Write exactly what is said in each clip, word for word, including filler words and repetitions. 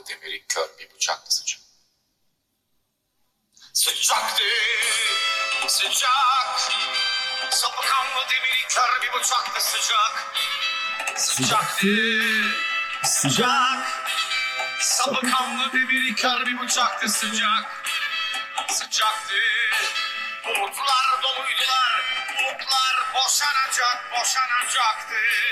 demiri kör bir bıçakla sıcak. Sıcaktı, sıcak. Sapı kanlı demiri kör bir bıçakla sıcak. Sıcaktı, sıcak. Sapı kanlı demiri kör bir bıçakla sıcak. Sıcaktı. Bulutlar doluydular. Bulutlar boşanacak, boşanacaktı.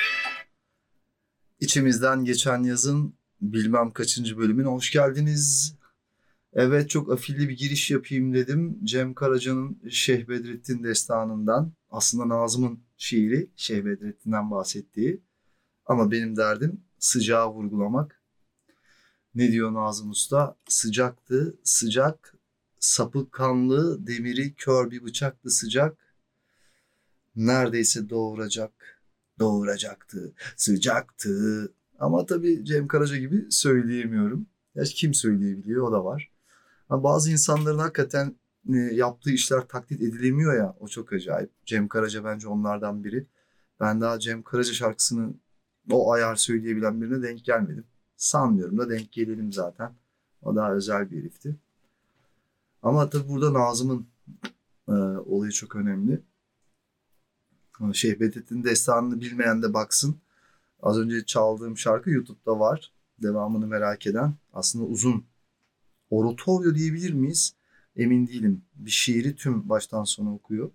İçimizden geçen yazın bilmem kaçıncı bölümüne hoş geldiniz. Evet, çok afilli bir giriş yapayım dedim. Cem Karaca'nın Şeyh Bedrettin Destanı'ndan, aslında Nazım'ın şiiri, Şeyh Bedrettin'den bahsettiği. Ama benim derdim sıcağı vurgulamak. Ne diyor Nazım Usta? Sıcaktı, sıcak, sapı kanlı, demiri kör bir bıçaklı sıcak. Neredeyse doğuracak, doğuracaktı, sıcaktı. Ama tabii Cem Karaca gibi söyleyemiyorum. Ya kim söyleyebiliyor, o da var. Ama bazı insanların hakikaten e, yaptığı işler taklit edilemiyor ya, o çok acayip. Cem Karaca bence onlardan biri. Ben daha Cem Karaca şarkısını o ayar söyleyebilen birine denk gelmedim. Sanmıyorum da denk gelelim zaten. O daha özel bir herifti. Ama tabii burada Nazım'ın e, olayı çok önemli. Şeyh Bedrettin Destanı'nı bilmeyen de baksın. Az önce çaldığım şarkı YouTube'da var. Devamını merak eden. Aslında uzun. Oratorio diyebilir miyiz? Emin değilim. Bir şiiri tüm baştan sona okuyor.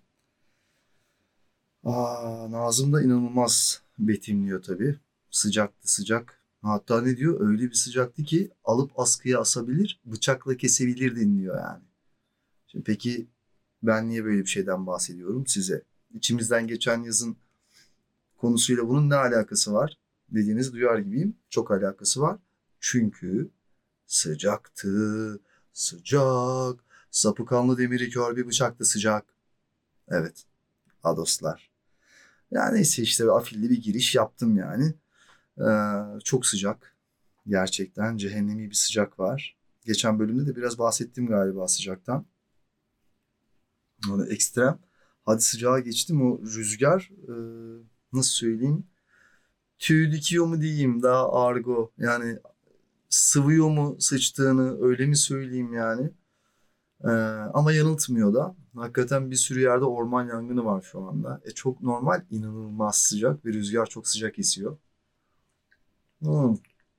Aa, Nazım da inanılmaz betimliyor tabii. Sıcaktı sıcak. Hatta ne diyor? Öyle bir sıcaktı ki alıp askıya asabilir, bıçakla kesebilir deniliyor yani. Şimdi peki ben niye böyle bir şeyden bahsediyorum size? İçimizden geçen yazın konusuyla bunun ne alakası var dediğinizi duyar gibiyim. Çok alakası var. Çünkü sıcaktı, sıcak, sapı kanlı demiri kör bir bıçaktı sıcak. Evet, ha dostlar. Yani neyse işte afilli bir giriş yaptım yani. Ee, çok sıcak. Gerçekten cehennemi bir sıcak var. Geçen bölümde de biraz bahsettim galiba sıcaktan. Böyle ekstrem. Hadi sıcağa geçtim, o rüzgar e, nasıl söyleyeyim? Tüy dikiyor mu diyeyim, daha argo. Yani sıvıyor mu sıçtığını, öyle mi söyleyeyim yani. Ee, ama yanıltmıyor da. Hakikaten bir sürü yerde orman yangını var şu anda. E, çok normal, inanılmaz sıcak ve rüzgar çok sıcak esiyor. Hmm.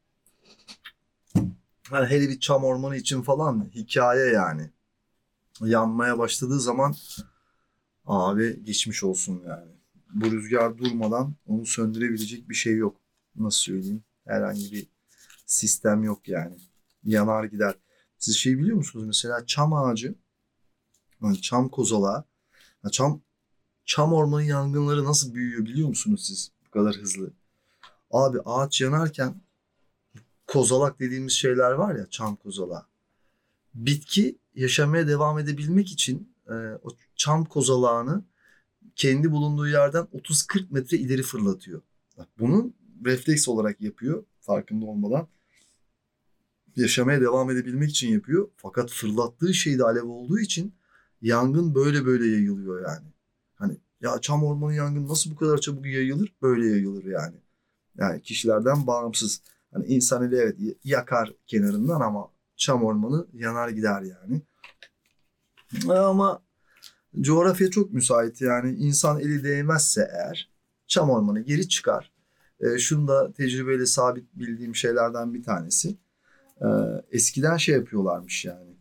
Yani hele bir çam ormanı için falan hikaye yani. Yanmaya başladığı zaman abi geçmiş olsun yani. Bu rüzgar durmadan onu söndürebilecek bir şey yok. Nasıl söyleyeyim? Herhangi bir sistem yok yani. Yanar gider. Siz şey biliyor musunuz? Mesela çam ağacı, yani çam kozalağı, çam çam ormanı yangınları nasıl büyüyor biliyor musunuz siz? Bu kadar hızlı. Abi ağaç yanarken kozalak dediğimiz şeyler var ya, çam kozalağı. Bitki yaşamaya devam edebilmek için e, o çam kozalağını kendi bulunduğu yerden otuz kırk metre ileri fırlatıyor. Bak, bunu refleks olarak yapıyor farkında olmadan. Yaşamaya devam edebilmek için yapıyor. Fakat fırlattığı şey de alev olduğu için yangın böyle böyle yayılıyor yani. Hani ya çam ormanı yangını nasıl bu kadar çabuk yayılır? Böyle yayılır yani. Yani kişilerden bağımsız. Hani insan eli evet yakar kenarından ama çam ormanı yanar gider yani. Ama coğrafya çok müsait yani. İnsan eli değmezse eğer çam ormanı geri çıkar. E, şunu da tecrübeyle sabit bildiğim şeylerden bir tanesi. E, eskiden şey yapıyorlarmış yani.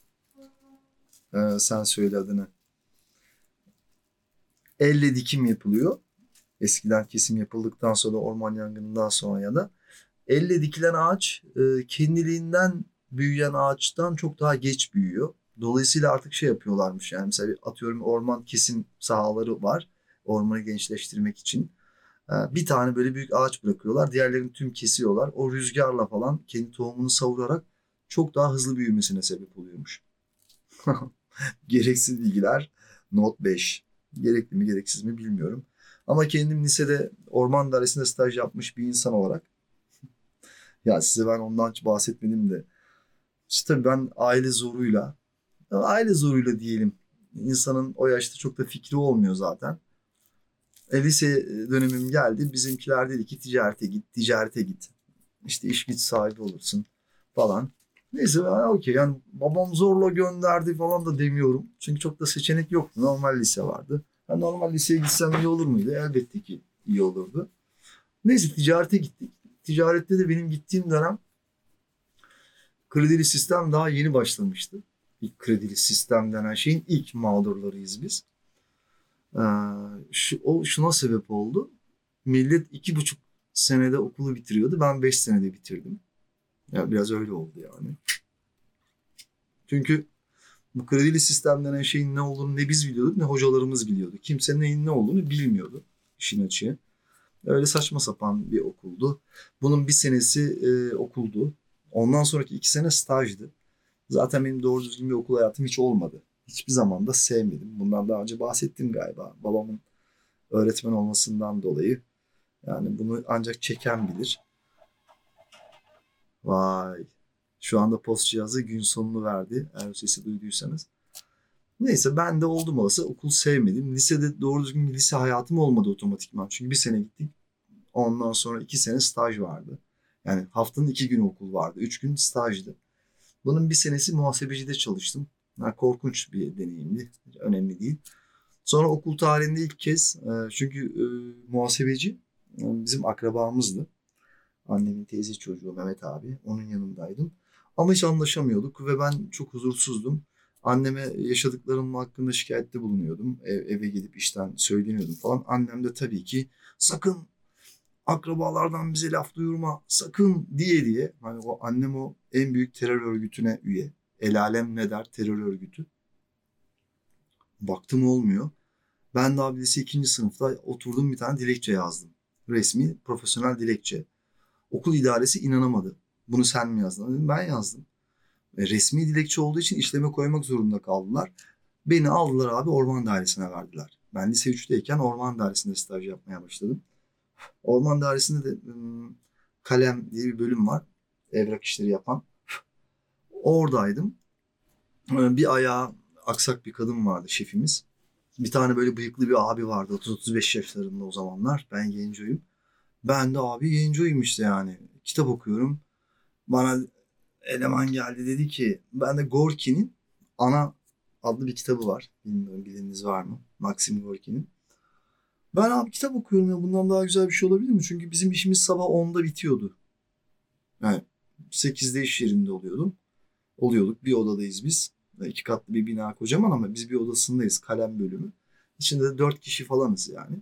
E, sen söyle adını. Elle dikim yapılıyor. Eskiden kesim yapıldıktan sonra, orman yangınından sonra ya da elle dikilen ağaç e, kendiliğinden büyüyen ağaçtan çok daha geç büyüyor. Dolayısıyla artık şey yapıyorlarmış yani, mesela atıyorum orman kesim sahaları var. Ormanı gençleştirmek için. E, bir tane böyle büyük ağaç bırakıyorlar. Diğerlerini tüm kesiyorlar. O rüzgarla falan kendi tohumunu savurarak çok daha hızlı büyümesine sebep oluyormuş. Gereksiz bilgiler. Not beş. Gerekli mi gereksiz mi bilmiyorum. Ama kendim lisede orman dairesinde staj yapmış bir insan olarak, ya size ben ondan hiç bahsetmedim de, işte tabii ben aile zoruyla, aile zoruyla diyelim, insanın o yaşta çok da fikri olmuyor zaten. E, lise dönemim geldi, bizimkiler dedi ki ticarete git, ticarete git. İşte iş güç sahibi olursun. falan. Neyse ben okey yani babam zorla gönderdi falan da demiyorum. Çünkü çok da seçenek yoktu. Normal lise vardı. Yani normal liseye gitsem iyi olur muydu? Elbette ki iyi olurdu. Neyse ticarete gittik. Ticarette de benim gittiğim dönem kredili sistem daha yeni başlamıştı. İlk kredili sistem denen şeyin ilk mağdurlarıyız biz. Ee, şu, o şuna sebep oldu. Millet iki buçuk senede okulu bitiriyordu. Ben beş senede bitirdim. Ya biraz öyle oldu yani. Çünkü bu kredili sistem denen şeyin ne olduğunu ne biz biliyorduk ne hocalarımız biliyordu. Kimse neyin ne olduğunu bilmiyordu işin açığı. Öyle saçma sapan bir okuldu. Bunun bir senesi e, okuldu. Ondan sonraki iki sene stajdı. Zaten benim doğru düzgün bir okul hayatım hiç olmadı. Hiçbir zaman da sevmedim. Bundan daha önce bahsettim galiba. Babamın öğretmen olmasından dolayı. Yani bunu ancak çeken bilir. Vay. Şu anda post cihazı gün sonunu verdi. Eğer o sesi duyduysanız. Neyse ben de oldum olası okul sevmedim. Lisede doğru düzgün bir lise hayatım olmadı otomatikman. Çünkü bir sene gittik. Ondan sonra iki sene staj vardı. Yani haftanın iki günü okul vardı. Üç gün stajdı. Bunun bir senesi muhasebecide çalıştım. Yani korkunç bir deneyimdi. Önemli değil. Sonra okul tarihinde ilk kez çünkü e, muhasebeci bizim akrabamızdı. Annemin teyze çocuğu Mehmet abi. Onun yanındaydım. Ama hiç anlaşamıyorduk ve ben çok huzursuzdum. Anneme yaşadıklarım hakkında şikayette bulunuyordum. Ev, eve gidip işten söyleniyordum falan. Annem de tabii ki sakın akrabalardan bize laf duyurma sakın diye diye. Hani o annem o en büyük terör örgütüne üye. El Alem ne der terör örgütü. Baktım olmuyor. Ben daha lise ikinci sınıfta oturdum bir tane dilekçe yazdım. Resmi profesyonel dilekçe. Okul idaresi inanamadı. Bunu sen mi yazdın? Dedim, ben yazdım. E, resmi dilekçe olduğu için işleme koymak zorunda kaldılar. Beni aldılar abi orman dairesine verdiler. Ben lise üçteyken orman dairesinde staj yapmaya başladım. Orman dairesinde de ım, kalem diye bir bölüm var. Evrak işleri yapan. Oradaydım. Ee, Bir ayağı aksak bir kadın vardı şefimiz. Bir tane böyle bıyıklı bir abi vardı. otuz otuz beş yaşlarında o zamanlar. Ben gencoyum. Ben de abi gencoyum işte yani. Kitap okuyorum. Bana eleman geldi dedi ki ben de Gorki'nin Ana adlı bir kitabı var. Bilmiyorum bileniniz var mı? Maxim Gorki'nin. Ben abi kitap okuyorum ya bundan daha güzel bir şey olabilir mi? Çünkü bizim işimiz sabah onda bitiyordu. Yani sekizde iş yerinde oluyordum. Oluyorduk. Bir odadayız biz. İki katlı bir bina kocaman ama biz bir odasındayız. Kalem bölümü. İçinde de dört kişi falanız yani.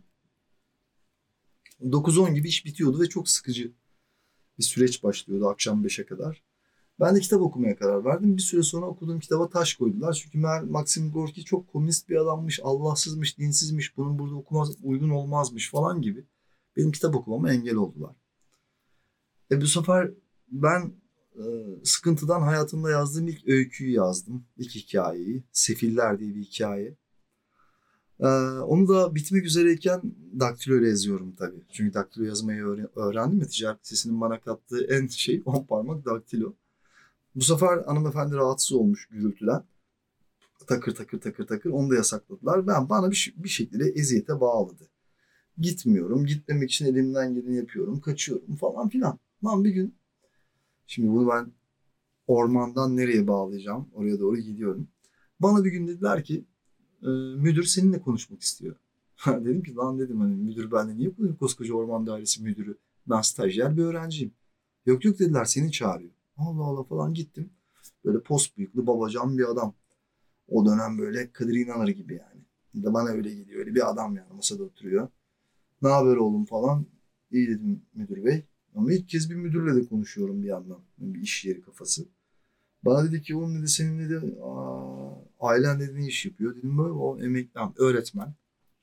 dokuz on gibi iş bitiyordu ve çok sıkıcı bir süreç başlıyordu akşam beşe kadar. Ben de kitap okumaya karar verdim. Bir süre sonra okuduğum kitaba taş koydular. Çünkü Maxim Gorki çok komünist bir adammış, Allahsızmış, dinsizmiş, bunun burada okumaz, uygun olmazmış falan gibi. Benim kitap okumama engel oldular. E bu sefer ben e, sıkıntıdan hayatımda yazdığım ilk öyküyü yazdım. İlk hikayeyi. Sefiller diye bir hikaye. E, onu da bitmek üzereyken daktilo ile yazıyorum tabii. Çünkü daktilo yazmayı öğrendim ya ticaret lisesinin bana kattığı en şey on parmak daktilo. Bu sefer hanımefendi rahatsız olmuş gürültüden. Takır takır takır takır onu da yasakladılar. Ben bana bir, bir şekilde eziyete bağladı. Gitmiyorum. Gitmemek için elimden geleni yapıyorum. Kaçıyorum falan filan. Lan bir gün şimdi bunu ben ormandan nereye bağlayacağım? Oraya doğru gidiyorum. Bana bir gün dediler ki e, müdür seninle konuşmak istiyor. Dedim ki lan dedim hani müdür benimle niye konuşuyor? Koskoca orman dairesi müdürü. Ben stajyer bir öğrenciyim. Yok yok dediler seni çağırıyor. Allah Allah falan gittim. Böyle post bıyıklı babacan bir adam. O dönem böyle Kadir İnanır gibi yani. Bir de bana öyle geliyor. Öyle bir adam yani masada oturuyor. Ne haber oğlum falan. İyi dedim müdür bey. Ama ilk kez bir müdürle de konuşuyorum bir yandan. Bir iş yeri kafası. Bana dedi ki oğlum dedi senin dedi aa, ailen dedi ne iş yapıyor? Dedim böyle o emekli öğretmen.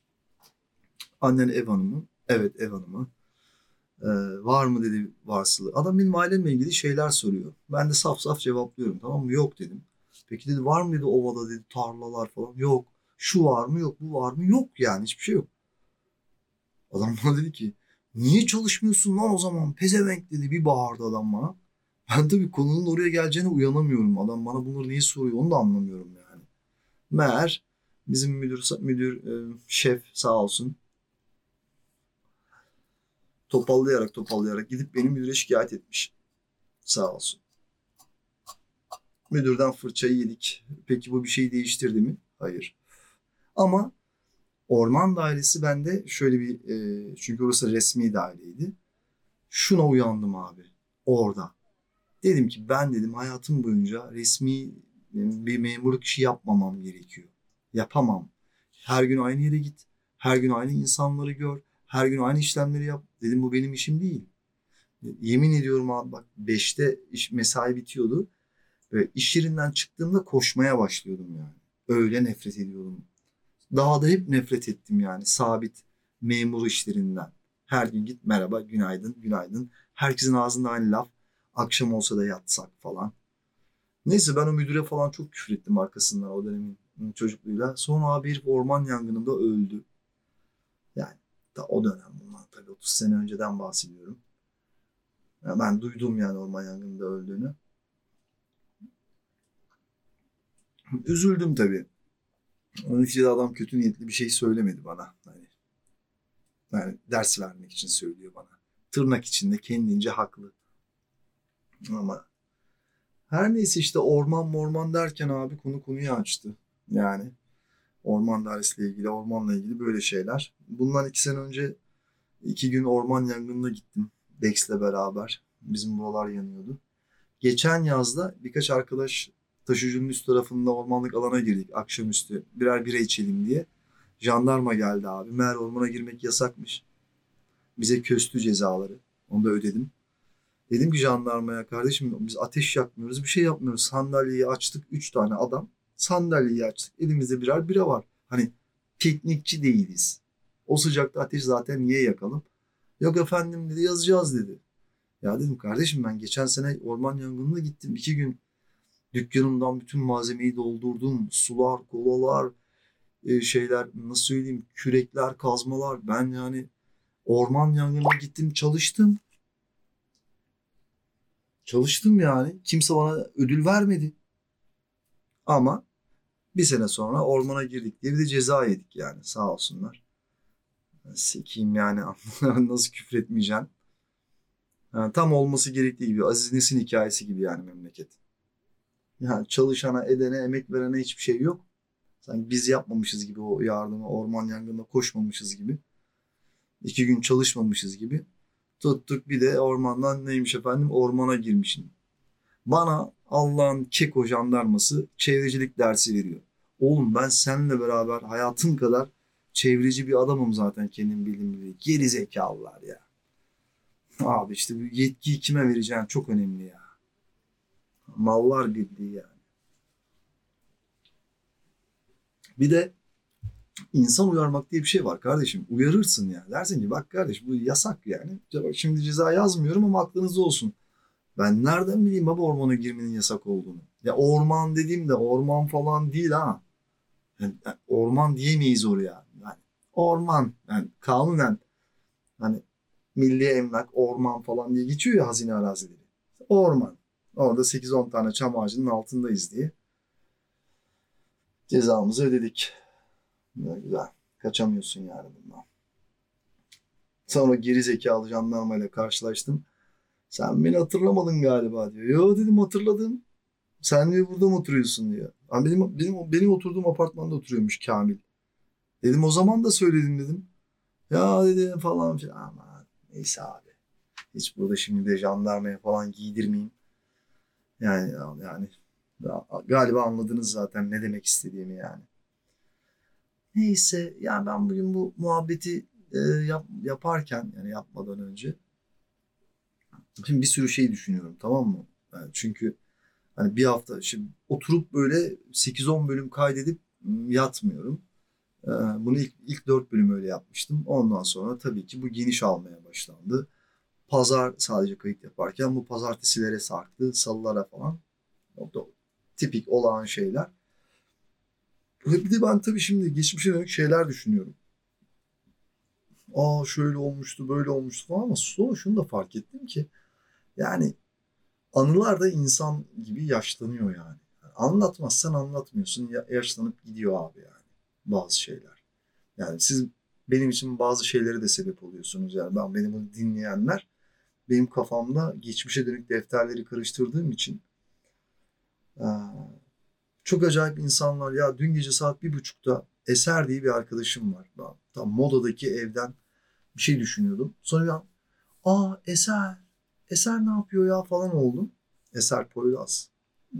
Annen ev hanımı. Evet ev hanımı. Ee, var mı dedi varsılığı. Adam benim ailemle ilgili şeyler soruyor. Ben de saf saf cevaplıyorum tamam mı? Yok dedim. Peki dedi var mı dedi ovada dedi tarlalar falan. Yok. Şu var mı yok bu var mı? Yok yani hiçbir şey yok. Adam bana dedi ki niye çalışmıyorsun lan o zaman? Pezevenk dedi bir bağırdı adam bana. Ben tabii konunun oraya geleceğine uyanamıyorum. Adam bana bunları niye soruyor onu da anlamıyorum yani. Meğer bizim müdür, müdür e, şef sağ olsun topallayarak topallayarak gidip benim müdüre şikayet etmiş. Sağ olsun. Müdürden fırçayı yedik. Peki bu bir şey değiştirdi mi? Hayır. Ama orman dairesi bende şöyle bir e, çünkü orası resmi daireydi. Şuna uyandım abi orada. Dedim ki ben dedim hayatım boyunca resmi bir memurluk işi yapmamam gerekiyor. Yapamam. Her gün aynı yere git. Her gün aynı insanları gör. Her gün aynı işlemleri yap. Dedim bu benim işim değil. Yemin ediyorum abi bak beşte iş, mesai bitiyordu. Ve iş yerinden çıktığımda koşmaya başlıyordum yani. Öyle nefret ediyordum. Daha da hep nefret ettim yani sabit memur işlerinden. Her gün git merhaba, günaydın, günaydın. Herkesin ağzında aynı laf. Akşam olsa da yatsak falan. Neyse ben o müdüre falan çok küfür ettim arkasından o dönemin çocukluğuyla. Sonra abi herif orman yangınında öldü. Yani da o dönem bundan tabii otuz sene önceden bahsediyorum. Yani ben duydum yani orman yangınında öldüğünü. Üzüldüm tabii. Onun için de adam kötü niyetli bir şey söylemedi bana. Hani, yani ders vermek için söylüyor bana. Tırnak içinde kendince haklı. Ama her neyse işte orman morman derken abi konu konuyu açtı. Yani orman dairesiyle ilgili, ormanla ilgili böyle şeyler. Bundan iki sene önce iki gün orman yangınına gittim. Dex'le beraber. Bizim buralar yanıyordu. Geçen yazda birkaç arkadaş taşucunun üst tarafında ormanlık alana girdik akşamüstü. Birer bira içelim diye. Jandarma geldi abi. Meğer ormana girmek yasakmış. Bize köstü cezaları. Onu da ödedim. Dedim ki jandarmaya kardeşim biz ateş yakmıyoruz bir şey yapmıyoruz. Sandalyeyi açtık üç tane adam. Sandalyeyi açtık elimizde birer bira var. Hani piknikçi değiliz. O sıcakta ateş zaten niye yakalım? Yok efendim dedi yazacağız dedi. Ya dedim kardeşim ben geçen sene orman yangınına gittim. iki gün dükkanımdan bütün malzemeyi doldurdum. Sular, kolalar, e, şeyler nasıl söyleyeyim kürekler, kazmalar. Ben yani orman yangınına gittim çalıştım. Çalıştım yani. Kimse bana ödül vermedi. Ama bir sene sonra ormana girdik diye bir de ceza yedik yani sağ olsunlar. Sekeyim yani nasıl küfretmeyeceksin. Yani tam olması gerektiği gibi Aziz Nesin hikayesi gibi yani memleket. Yani çalışana, edene, emek verene hiçbir şey yok. Sanki biz yapmamışız gibi o yardımı, orman yangınına koşmamışız gibi. İki gün çalışmamışız gibi. Tuttuk bir de ormandan neymiş efendim ormana girmişim. Bana Allah'ın keko jandarması çevrecilik dersi veriyor. Oğlum ben seninle beraber hayatım kadar çevreci bir adamım zaten kendim bildiğim gibi. Geri zekalılar ya. Abi işte bu yetkiyi kime vereceğin çok önemli ya. Mallar birliği yani. Bir de insan uyarmak diye bir şey var kardeşim. Uyarırsın ya. Dersin ki bak kardeş bu yasak yani. Şimdi ceza yazmıyorum ama aklınızda olsun. Ben nereden bileyim baba ormana girmenin yasak olduğunu. Ya orman dediğimde orman falan değil ha. Yani orman diyemeyiz oraya. Yani orman yani kanunen hani milli emlak orman falan diye geçiyor ya hazine arazileri. Orman. Orada sekiz on tane çam ağacının altındayız diye. Cezamızı ödedik. Böyle güzel. Kaçamıyorsun yani bundan. Sonra geri zekalı jandarmayla karşılaştım. Sen beni hatırlamadın galiba diyor. Yo dedim hatırladım. Sen diyor burada mı oturuyorsun diyor. Yani benim, benim, benim oturduğum apartmanda oturuyormuş Kamil. Dedim o zaman da söyledim dedim. Ya dedi falan filan. Ama neyse abi. Hiç burada şimdi de jandarmaya falan giydirmeyeyim. Yani yani galiba anladınız zaten ne demek istediğimi yani. Neyse yani ben bugün bu muhabbeti e, yap, yaparken yani yapmadan önce şimdi bir sürü şey düşünüyorum tamam mı? Yani çünkü hani bir hafta şimdi oturup böyle sekiz on bölüm kaydedip yatmıyorum. Ee, bunu ilk, ilk dört bölüm öyle yapmıştım. Ondan sonra tabii ki bu geniş almaya başlandı. Pazar sadece kayıt yaparken bu pazartesilere sarktı. Salılara falan. O da tipik olağan şeyler. Bir de ben tabii şimdi geçmişe dönük şeyler düşünüyorum. Aa şöyle olmuştu böyle olmuştu falan ama sonra şunu da fark ettim ki yani anılar da insan gibi yaşlanıyor yani. Anlatmazsan anlatmıyorsun. Ya, yaşlanıp gidiyor abi yani bazı şeyler. Yani siz benim için bazı şeylere de sebep oluyorsunuz. Yani ben beni bunu dinleyenler benim kafamda geçmişe dönük defterleri karıştırdığım için Ee, çok acayip insanlar. Ya dün gece saat bir buçukta Eser diye bir arkadaşım var. Ben tam Moda'daki evden bir şey düşünüyordum. Sonra bir an, aa Eser, Eser ne yapıyor ya falan oldum. Eser Poyraz.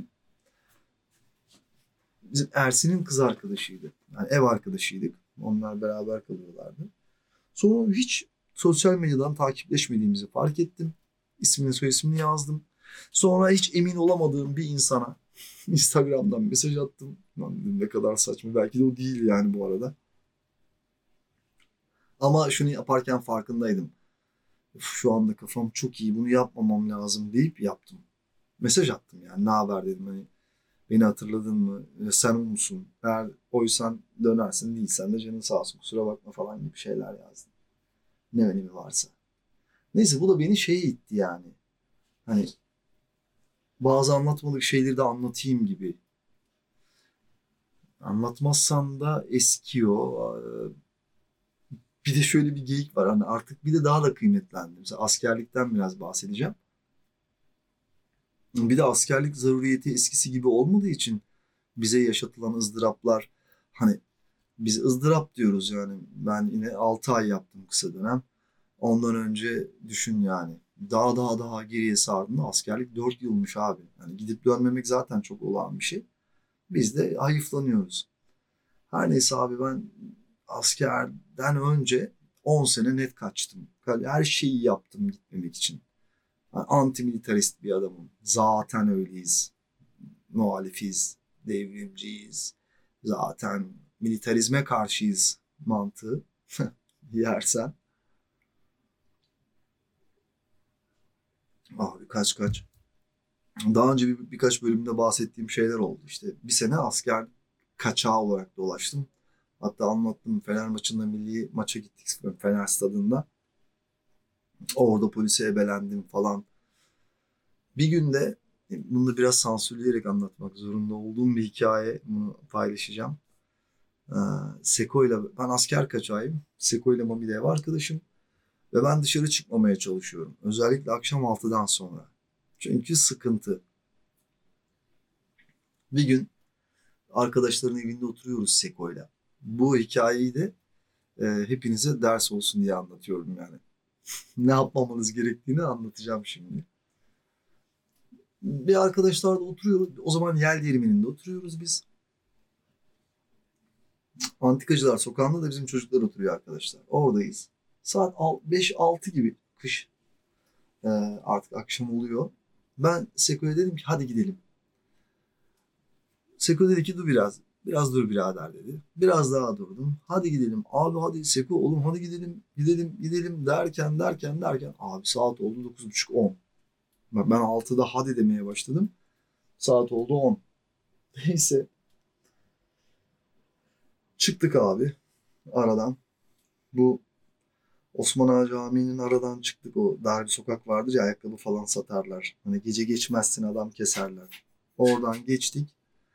Bizim Ersin'in kız arkadaşıydı. Yani ev arkadaşıydık. Onlar beraber kalıyorlardı. Sonra hiç sosyal medyadan takipleşmediğimizi fark ettim. İsmini soy ismini yazdım. Sonra hiç emin olamadığım bir insana Instagram'dan mesaj attım. Lan dedim, ne kadar saçma. Belki de o değil yani bu arada. Ama şunu yaparken farkındaydım. Uf, şu anda kafam çok iyi, bunu yapmamam lazım deyip yaptım. Mesaj attım yani, ne haber dedim, hani beni hatırladın mı? E, Sen o musun? Eğer oysan dönersin, değilsen de canın sağ olsun, kusura bakma falan gibi şeyler yazdım. Ne önemi varsa. Neyse, bu da beni şeye itti yani. Hani bazı anlatmadık şeyleri de anlatayım gibi. Anlatmazsam da eskiyor. Ee, Bir de şöyle bir geyik var. Hani artık bir de daha da kıymetlendi. Mesela askerlikten biraz bahsedeceğim. Bir de askerlik zaruriyeti eskisi gibi olmadığı için bize yaşatılan ızdıraplar, hani biz ızdırap diyoruz yani. Ben yine altı ay yaptım kısa dönem. Ondan önce düşün yani. Daha daha daha geriye sardığında askerlik dört yılmış abi. Yani gidip dönmemek zaten çok olağan bir şey. Biz de hayıflanıyoruz. Her neyse abi, ben askerden önce on sene net kaçtım. Her şeyi yaptım gitmemek için. Yani antimilitarist bir adamım. Zaten öyleyiz. Muhalifiz, devrimciyiz. Zaten militarizme karşıyız mantığı yersen. Abi kaç kaç. Daha önce bir, birkaç bölümde bahsettiğim şeyler oldu. İşte bir sene asker kaçağı olarak dolaştım. Hatta anlattım, Fener maçında, milli maça gittik Fener stadında. Orada polise ebelendim falan. Bir günde, bunu da biraz sansürleyerek anlatmak zorunda olduğum bir hikaye, bunu paylaşacağım. Ee, Seko ile, ben asker kaçağıyım. Seko ile Mami de ev arkadaşım. Ve ben dışarı çıkmamaya çalışıyorum. Özellikle akşam altıdan sonra. Çünkü sıkıntı. Bir gün arkadaşların evinde oturuyoruz Seko'yla. Bu hikayeyi de e, hepinize ders olsun diye anlatıyorum yani. Ne yapmamanız gerektiğini anlatacağım şimdi. Bir arkadaşlarla oturuyoruz. O zaman Yel Değirmeni'nde oturuyoruz biz. Antikacılar Sokağı'nda da bizim çocuklar oturuyor arkadaşlar. Oradayız. Saat beş altı gibi, kış. Ee, artık akşam oluyor. Ben Seko'ya dedim ki hadi gidelim. Seko dedi ki dur biraz. Biraz dur birader dedi. Biraz daha durdum. Hadi gidelim. Abi hadi Seko oğlum hadi gidelim. Gidelim gidelim derken derken derken. Abi saat oldu dokuz buçuk on. Ben altıda hadi demeye başladım. Saat oldu on. Neyse. Çıktık abi aradan. Bu Osman Ağa Camii'nin aradan çıktık. O dar bir sokak vardır ya, ayakkabı falan satarlar. Hani gece geçmezsin adam keserler. Oradan geçtik.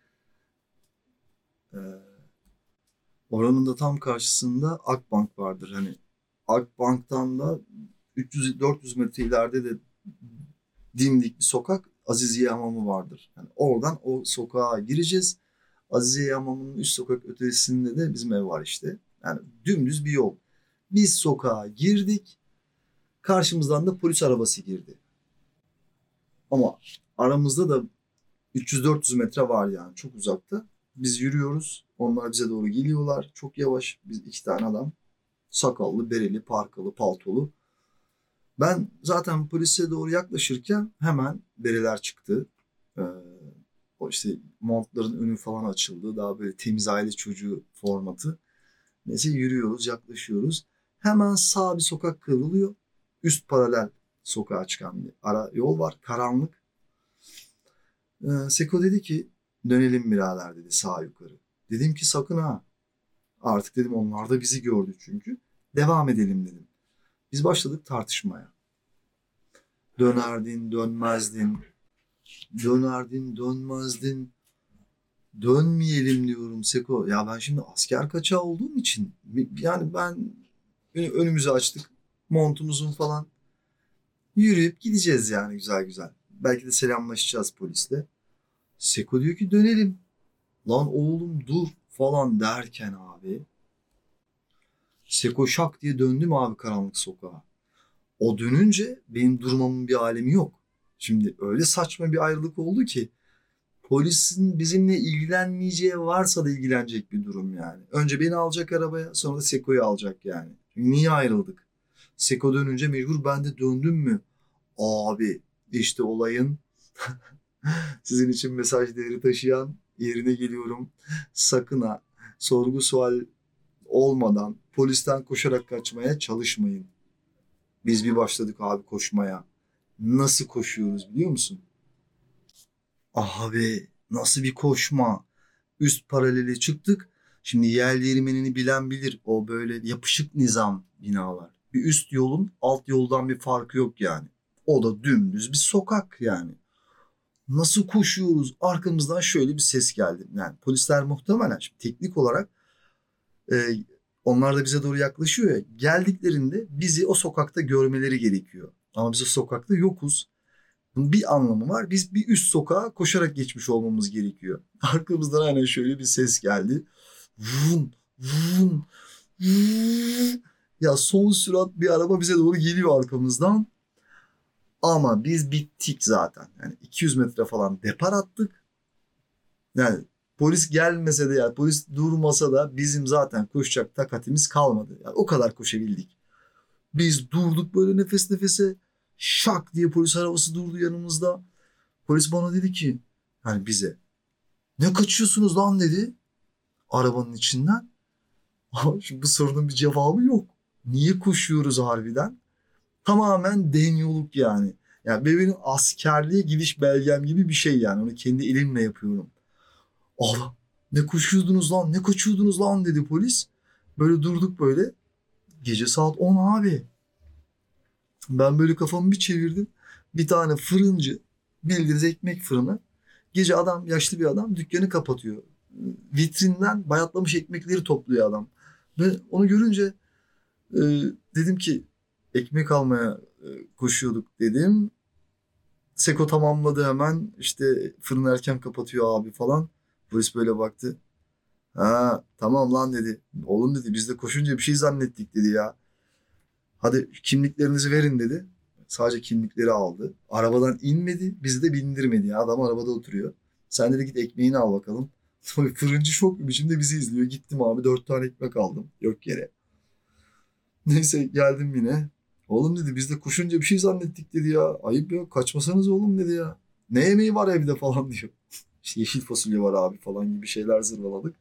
Ee, oranın da tam karşısında Akbank vardır. Hani Akbank'tan da üç yüz dört yüz metre ileride de dimdik bir sokak, Aziziye Hamamı vardır. Yani oradan o sokağa gireceğiz. Aziziye Hamamı'nın üst sokak ötesinde de bizim ev var işte. Yani dümdüz bir yol. Biz sokağa girdik. Karşımızdan da polis arabası girdi. Ama aramızda da üç yüz dört yüz metre var yani, çok uzakta. Biz yürüyoruz. Onlar bize doğru geliyorlar. Çok yavaş. Biz iki tane adam. Sakallı, bereli, parkalı, paltolu. Ben zaten polise doğru yaklaşırken hemen bereler çıktı. Ee, o işte montların önü falan açıldı. Daha böyle temiz aile çocuğu formatı. Neyse yürüyoruz, yaklaşıyoruz. Hemen sağ bir sokak kırılıyor. Üst paralel sokağa çıkan bir ara yol var. Karanlık. Ee, Seko dedi ki dönelim birader dedi, sağ yukarı. Dedim ki sakın ha. Artık dedim onlar da bizi gördü çünkü. Devam edelim dedim. Biz başladık tartışmaya. Dönerdin, dönmezdin. Dönerdin, dönmezdin. Dönmeyelim diyorum Seko. Ya ben şimdi asker kaçağı olduğum için yani ben önümüzü açtık. Montumuzun falan. Yürüyüp gideceğiz yani güzel güzel. Belki de selamlaşacağız polisle. Seko diyor ki dönelim. Lan oğlum dur falan derken abi. Seko şak diye döndüm abi karanlık sokağa. O dönünce benim durmamın bir alemi yok. Şimdi öyle saçma bir ayrılık oldu ki polisin bizimle ilgilenmeyeceği varsa da ilgilenecek bir durum yani. Önce beni alacak arabaya, sonra da Seko'yu alacak yani. Çünkü niye ayrıldık? Seko dönünce mecbur ben de döndüm mü? Abi işte olayın sizin için mesaj değeri taşıyan yerine geliyorum. Sakın ha sorgu sual olmadan polisten koşarak kaçmaya çalışmayın. Biz bir başladık abi koşmaya. Nasıl koşuyoruz biliyor musun? Abi nasıl bir koşma. Üst paralele çıktık. Şimdi yer değirmenini bilen bilir. O böyle yapışık nizam binalar. Bir üst yolun alt yoldan bir farkı yok yani. O da dümdüz bir sokak yani. Nasıl koşuyoruz? Arkamızdan şöyle bir ses geldi. Yani polisler muhtemelen şimdi teknik olarak e, onlar da bize doğru yaklaşıyor ya. Geldiklerinde bizi o sokakta görmeleri gerekiyor. Ama biz o sokakta yokuz. Bunun bir anlamı var. Biz bir üst sokağa koşarak geçmiş olmamız gerekiyor. Arkamızdan aynen şöyle bir ses geldi. Vun, vun, vun. Ya son sürat bir araba bize doğru geliyor arkamızdan. Ama biz bittik zaten. Yani iki yüz metre falan depar attık. Yani polis gelmese de yani polis durmasa da bizim zaten koşacak takatimiz kalmadı. Yani o kadar koşabildik. Biz durduk böyle nefes nefese. Şak diye polis arabası durdu yanımızda. Polis bana dedi ki yani bize ne kaçıyorsunuz lan dedi arabanın içinden. Ama şimdi bu sorunun bir cevabı yok. Niye koşuyoruz harbiden? Tamamen deniyorluk yani. Yani benim askerliğe giriş belgem gibi bir şey yani. Onu kendi elimle yapıyorum. Allah ne koşuyordunuz lan ne kaçıyordunuz lan dedi polis. Böyle durduk böyle. Gece saat on abi. Ben böyle kafamı bir çevirdim. Bir tane fırıncı bildiğiniz ekmek fırını. Gece adam yaşlı bir adam dükkanı kapatıyor. Vitrinden bayatlamış ekmekleri topluyor adam. Ve onu görünce e, dedim ki ekmek almaya e, koşuyorduk dedim. Seko tamamladı hemen işte fırını erken kapatıyor abi falan. Polis böyle baktı. Ha tamam lan dedi. Oğlum dedi biz de koşunca bir şey zannettik dedi ya. Hadi kimliklerinizi verin dedi. Sadece kimlikleri aldı. Arabadan inmedi. Bizi de bindirmedi ya. Adam arabada oturuyor. Sen dedi git ekmeğini al bakalım. Tabii fırıncı şok bir biçimde bizi izliyor. Gittim abi dört tane ekmek aldım. Yok yere. Neyse geldim yine. Oğlum dedi biz de koşunca bir şey zannettik dedi ya. Ayıp ya kaçmasanız oğlum dedi ya. Ne yemeği var evde falan diyor. İşte yeşil fasulye var abi falan gibi şeyler zırvaladık.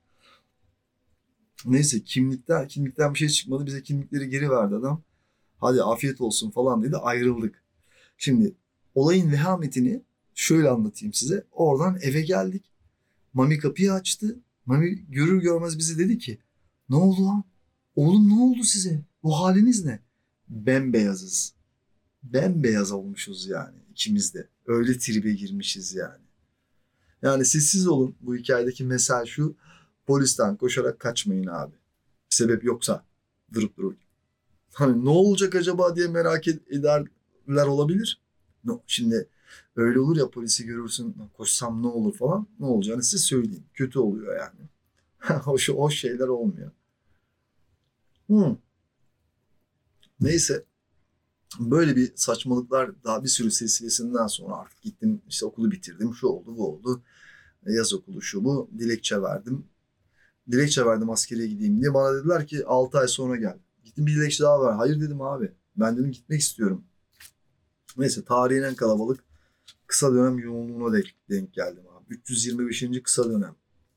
Neyse kimlikten, kimlikten bir şey çıkmadı. Bize kimlikleri geri verdi adam. Hadi afiyet olsun falan dedi ayrıldık. Şimdi olayın vehametini şöyle anlatayım size. Oradan eve geldik. Mami kapıyı açtı. Mami görür görmez bizi dedi ki ne oldu lan? Oğlum ne oldu size? Bu haliniz ne? Bembeyazız. Bembeyaz olmuşuz yani ikimiz de. Öyle tribe girmişiz yani. Yani sessiz olun. Bu hikayedeki mesaj şu. Polisten koşarak kaçmayın abi. Bir sebep yoksa durup durup. Hani ne olacak acaba diye merak ederler olabilir. No, şimdi öyle olur ya polisi görürsün koşsam ne olur falan. Ne olacağını size söyleyeyim. Kötü oluyor yani. Hoş, hoş şeyler olmuyor. Hmm. Neyse. Böyle bir saçmalıklar daha bir sürü silsilesinden sonra artık gittim işte okulu bitirdim. Şu oldu bu oldu. Yaz okulu şu bu. Dilekçe verdim. Dilekçe verdim askeriye gideyim diye. Bana dediler ki altı ay sonra gel. Gittim bir dilekçe daha ver. Hayır dedim abi. Ben dedim gitmek istiyorum. Neyse tarihin en kalabalık kısa dönem yoğunluğuna denk, denk geldim abi. üç yüz yirmi beşinci kısa dönem.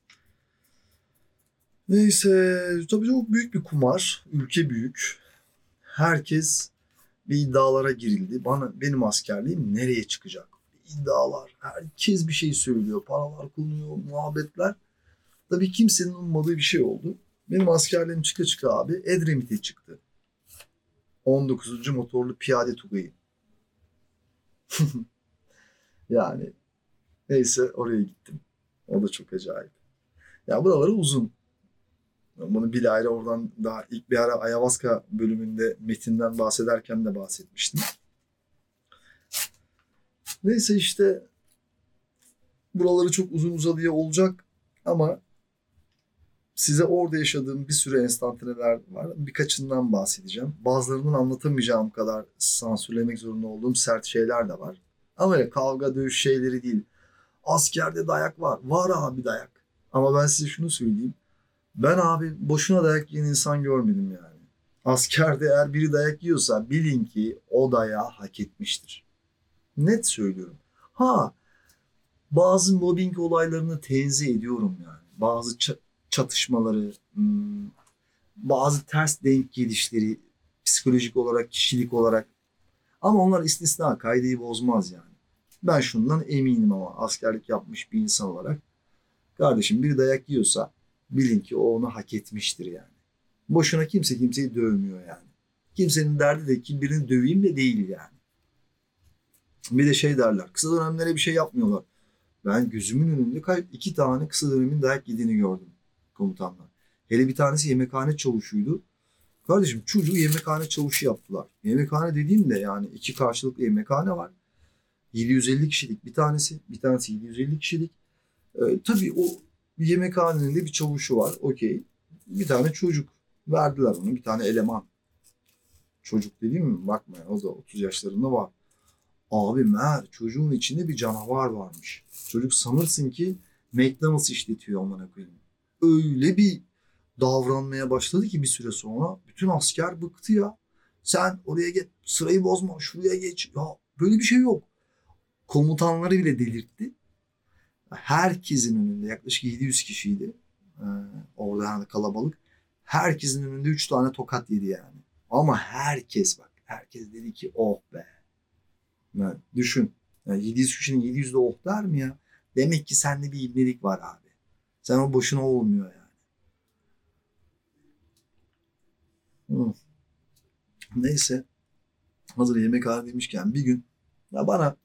Neyse tabii çok büyük bir kumar. Ülke büyük. Herkes bir iddialara girildi. Bana benim askerliğim nereye çıkacak? İddialar. Herkes bir şey söylüyor. Paralar konuyor, muhabbetler. Tabii kimsenin ummadığı bir şey oldu. Benim askerliğim çıka çıka abi Edremit'e çıktı. on dokuzuncu motorlu piyade tugayı. Yani neyse oraya gittim. O da çok acayip. Ya buraları uzun. Bunu bilahare oradan daha ilk bir ara Ayahuasca bölümünde metinden bahsederken de bahsetmiştim. Neyse işte Buraları çok uzun uzadıya olacak ama size orada yaşadığım bir sürü enstantaneler var. Birkaçından bahsedeceğim. Bazılarının anlatamayacağım kadar sansürlemek zorunda olduğum sert şeyler de var. Ama öyle kavga dövüş şeyleri değil. Askerde dayak var. Var abi dayak. Ama ben size şunu söyleyeyim. Ben abi boşuna dayak yiyen insan görmedim yani. Askerde eğer biri dayak yiyorsa bilin ki o dayağı hak etmiştir. Net söylüyorum. Ha, bazı mobbing olaylarını tenzih ediyorum yani. Bazı ç- çatışmaları, hmm, bazı ters denk gelişleri psikolojik olarak, kişilik olarak. Ama onlar istisna, kaideyi bozmaz yani. Ben şundan eminim ama askerlik yapmış bir insan olarak. Kardeşim biri dayak yiyorsa bilin ki o onu hak etmiştir yani. Boşuna kimse kimseyi dövmüyor yani. Kimsenin derdi de ki birini döveyim de değil yani. Bir de şey derler, kısa dönemlere bir şey yapmıyorlar. Ben gözümün önünde kayıp iki tane kısa dönemin dayak yediğini gördüm komutanlar. Hele bir tanesi yemekhane çavuşuydu. Kardeşim çocuğu yemekhane çavuşu yaptılar. Yemekhane dediğimde yani iki karşılıklı yemekhane var. yedi yüz elli kişilik bir tanesi, bir tanesi yedi yüz elli kişilik. Ee, tabii o yemekhanenin de bir çavuşu var, okey. Bir tane çocuk verdiler onu, bir tane eleman. Çocuk dediğim mi? Bakma ya, o da otuz yaşlarında var. Abi meğer çocuğun içinde bir canavar varmış. Çocuk sanırsın ki McDonald's işletiyor amına koyayım. Öyle bir davranmaya başladı ki bir süre sonra bütün asker bıktı ya. Sen oraya git, sırayı bozma, şuraya geç. Ya böyle bir şey yok. Komutanları bile delirtti. Herkesin önünde yaklaşık yedi yüz kişiydi. Ee, orada yani kalabalık. Herkesin önünde üç tane tokat yedi yani. Ama herkes bak. Herkes dedi ki oh be. Yani düşün. Yani yedi yüz kişinin yedi yüzü de oh der mi ya? Demek ki sende bir ibnelik var abi. Sen o boşuna olmuyor yani. Hmm. Neyse. Hazır yemekhane demişken bir gün ya bana